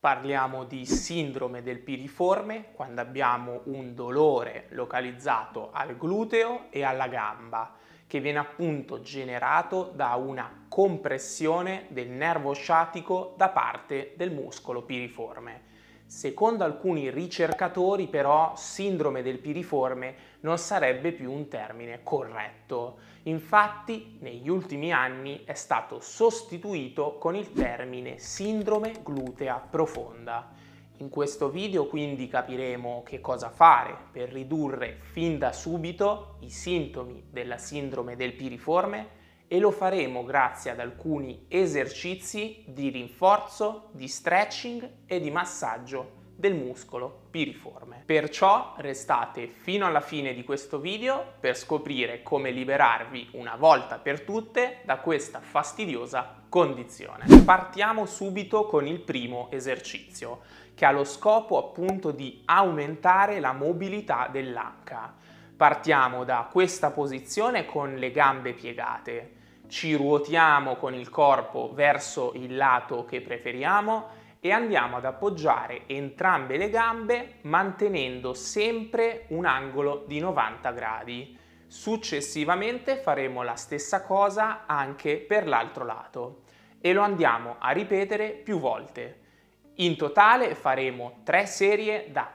Parliamo di sindrome del piriforme quando abbiamo un dolore localizzato al gluteo e alla gamba, che viene appunto generato da una compressione del nervo sciatico da parte del muscolo piriforme. Secondo alcuni ricercatori, però, sindrome del piriforme non sarebbe più un termine corretto. Infatti, negli ultimi anni è stato sostituito con il termine sindrome glutea profonda. In questo video quindi capiremo che cosa fare per ridurre fin da subito i sintomi della sindrome del piriforme e lo faremo grazie ad alcuni esercizi di rinforzo, di stretching e di massaggio del muscolo piriforme. Perciò restate fino alla fine di questo video per scoprire come liberarvi una volta per tutte da questa fastidiosa condizione. Partiamo subito con il primo esercizio, che ha lo scopo appunto di aumentare la mobilità dell'anca. Partiamo da questa posizione con le gambe piegate. Ci ruotiamo con il corpo verso il lato che preferiamo e andiamo ad appoggiare entrambe le gambe mantenendo sempre un angolo di 90 gradi. Successivamente faremo la stessa cosa anche per l'altro lato e lo andiamo a ripetere più volte. In totale faremo 3 serie da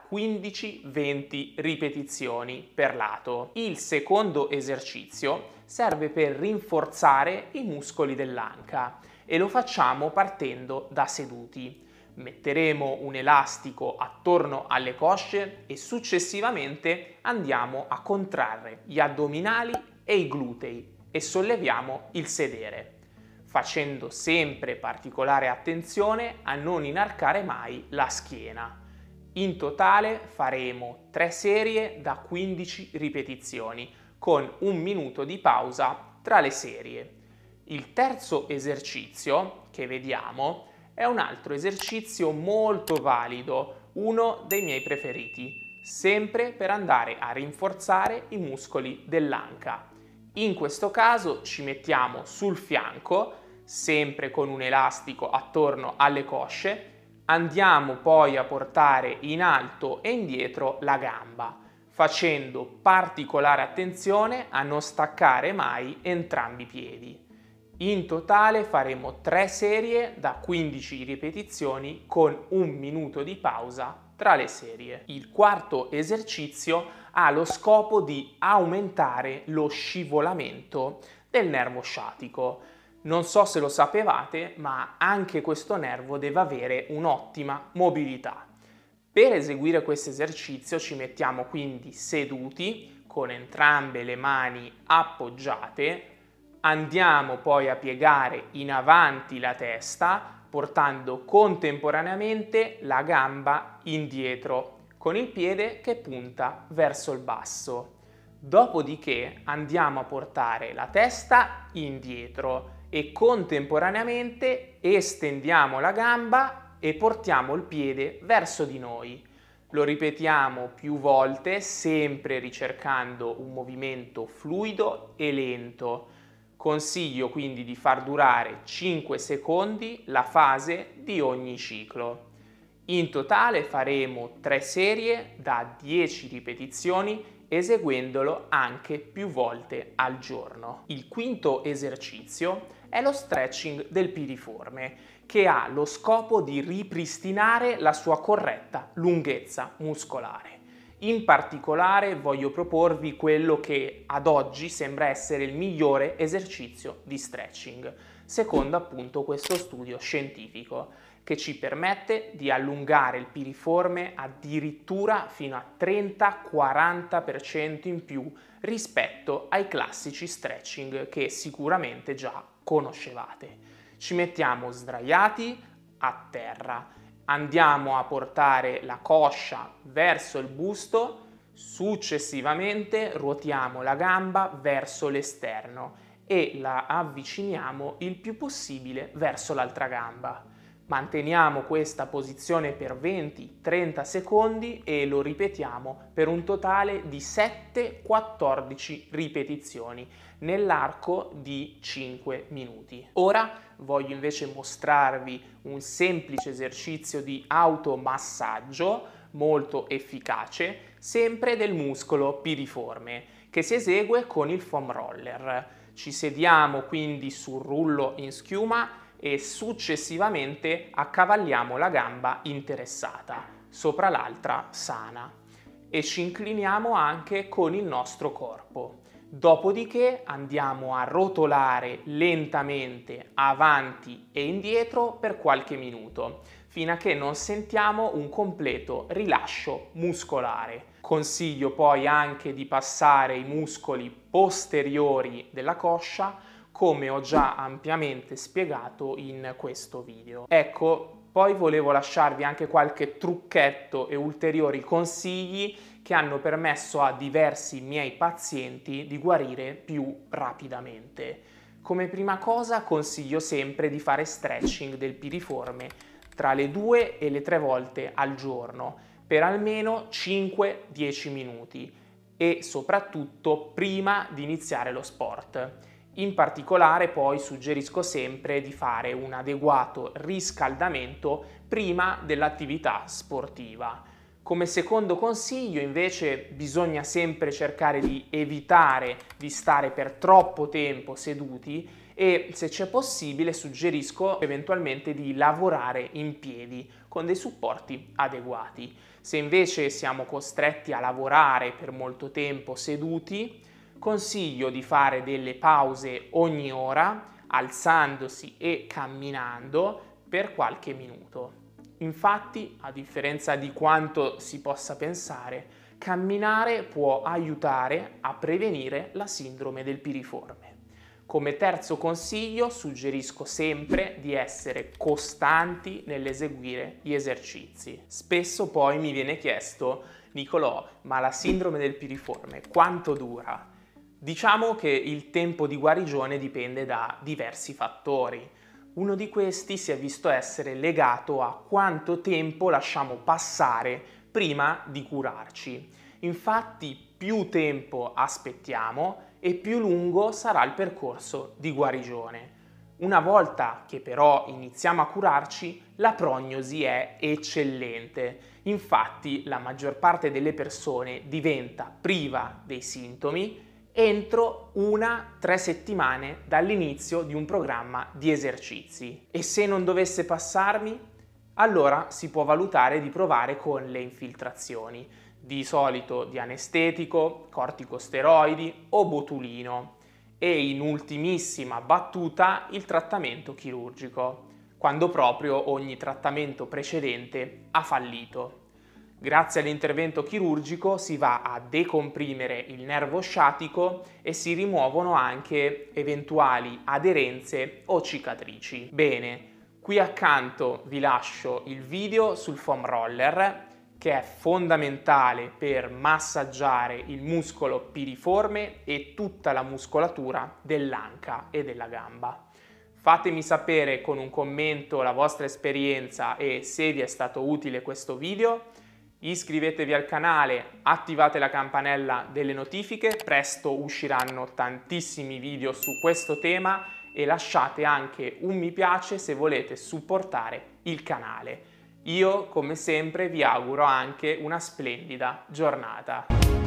15-20 ripetizioni per lato. Il secondo esercizio serve per rinforzare i muscoli dell'anca e lo facciamo partendo da seduti. Metteremo un elastico attorno alle cosce e successivamente andiamo a contrarre gli addominali e i glutei e solleviamo il sedere, facendo sempre particolare attenzione a non inarcare mai la schiena. In totale faremo 3 serie da 15 ripetizioni con un minuto di pausa tra le serie. Il terzo esercizio che vediamo è un altro esercizio molto valido, uno dei miei preferiti, sempre per andare a rinforzare i muscoli dell'anca. In questo caso ci mettiamo sul fianco, sempre con un elastico attorno alle cosce, andiamo poi a portare in alto e indietro la gamba, facendo particolare attenzione a non staccare mai entrambi i piedi. In totale faremo 3 serie da 15 ripetizioni con un minuto di pausa tra le serie. Il quarto esercizio ha lo scopo di aumentare lo scivolamento del nervo sciatico. Non so se lo sapevate, ma anche questo nervo deve avere un'ottima mobilità. Per eseguire questo esercizio ci mettiamo quindi seduti con entrambe le mani appoggiate. Andiamo poi a piegare in avanti la testa, portando contemporaneamente la gamba indietro, con il piede che punta verso il basso. Dopodiché andiamo a portare la testa indietro e contemporaneamente estendiamo la gamba e portiamo il piede verso di noi. Lo ripetiamo più volte, sempre ricercando un movimento fluido e lento. Consiglio quindi di far durare 5 secondi la fase di ogni ciclo. In totale faremo 3 serie da 10 ripetizioni eseguendolo anche più volte al giorno. Il quinto esercizio è lo stretching del piriforme, che ha lo scopo di ripristinare la sua corretta lunghezza muscolare. In particolare voglio proporvi quello che ad oggi sembra essere il migliore esercizio di stretching, secondo appunto questo studio scientifico, che ci permette di allungare il piriforme addirittura fino a 30-40% in più rispetto ai classici stretching che sicuramente già conoscevate. Ci mettiamo sdraiati a terra. Andiamo a portare la coscia verso il busto, successivamente ruotiamo la gamba verso l'esterno e la avviciniamo il più possibile verso l'altra gamba. Manteniamo questa posizione per 20-30 secondi e lo ripetiamo per un totale di 7-14 ripetizioni nell'arco di 5 minuti. Ora voglio invece mostrarvi un semplice esercizio di automassaggio molto efficace, sempre del muscolo piriforme, che si esegue con il foam roller. Ci sediamo quindi sul rullo in schiuma e successivamente accavalliamo la gamba interessata sopra l'altra sana e ci incliniamo anche con il nostro corpo. Dopodiché andiamo a rotolare lentamente avanti e indietro per qualche minuto, fino a che non sentiamo un completo rilascio muscolare. Consiglio poi anche di passare i muscoli posteriori della coscia, come ho già ampiamente spiegato in questo video. Ecco, poi volevo lasciarvi anche qualche trucchetto e ulteriori consigli che hanno permesso a diversi miei pazienti di guarire più rapidamente. Come prima cosa consiglio sempre di fare stretching del piriforme tra le 2 e le 3 volte al giorno per almeno 5-10 minuti e soprattutto prima di iniziare lo sport. In particolare poi suggerisco sempre di fare un adeguato riscaldamento prima dell'attività sportiva. Come secondo consiglio invece bisogna sempre cercare di evitare di stare per troppo tempo seduti e se c'è possibile suggerisco eventualmente di lavorare in piedi con dei supporti adeguati. Se invece siamo costretti a lavorare per molto tempo seduti, consiglio di fare delle pause ogni ora, alzandosi e camminando per qualche minuto. Infatti, a differenza di quanto si possa pensare, camminare può aiutare a prevenire la sindrome del piriforme. Come terzo consiglio suggerisco sempre di essere costanti nell'eseguire gli esercizi. Spesso poi mi viene chiesto: Nicolò, ma la sindrome del piriforme quanto dura? Diciamo che il tempo di guarigione dipende da diversi fattori. Uno di questi si è visto essere legato a quanto tempo lasciamo passare prima di curarci. Infatti, più tempo aspettiamo e più lungo sarà il percorso di guarigione. Una volta che però iniziamo a curarci, la prognosi è eccellente. Infatti, la maggior parte delle persone diventa priva dei sintomi entro 1-3 settimane dall'inizio di un programma di esercizi. E se non dovesse passarmi, allora si può valutare di provare con le infiltrazioni, di solito di anestetico, corticosteroidi o botulino e in ultimissima battuta il trattamento chirurgico, quando proprio ogni trattamento precedente ha fallito. Grazie all'intervento chirurgico si va a decomprimere il nervo sciatico e si rimuovono anche eventuali aderenze o cicatrici. Bene, qui accanto vi lascio il video sul foam roller, che è fondamentale per massaggiare il muscolo piriforme e tutta la muscolatura dell'anca e della gamba. Fatemi sapere con un commento la vostra esperienza e se vi è stato utile questo video. Iscrivetevi al canale, attivate la campanella delle notifiche, presto usciranno tantissimi video su questo tema e lasciate anche un mi piace se volete supportare il canale. Io, come sempre, vi auguro anche una splendida giornata.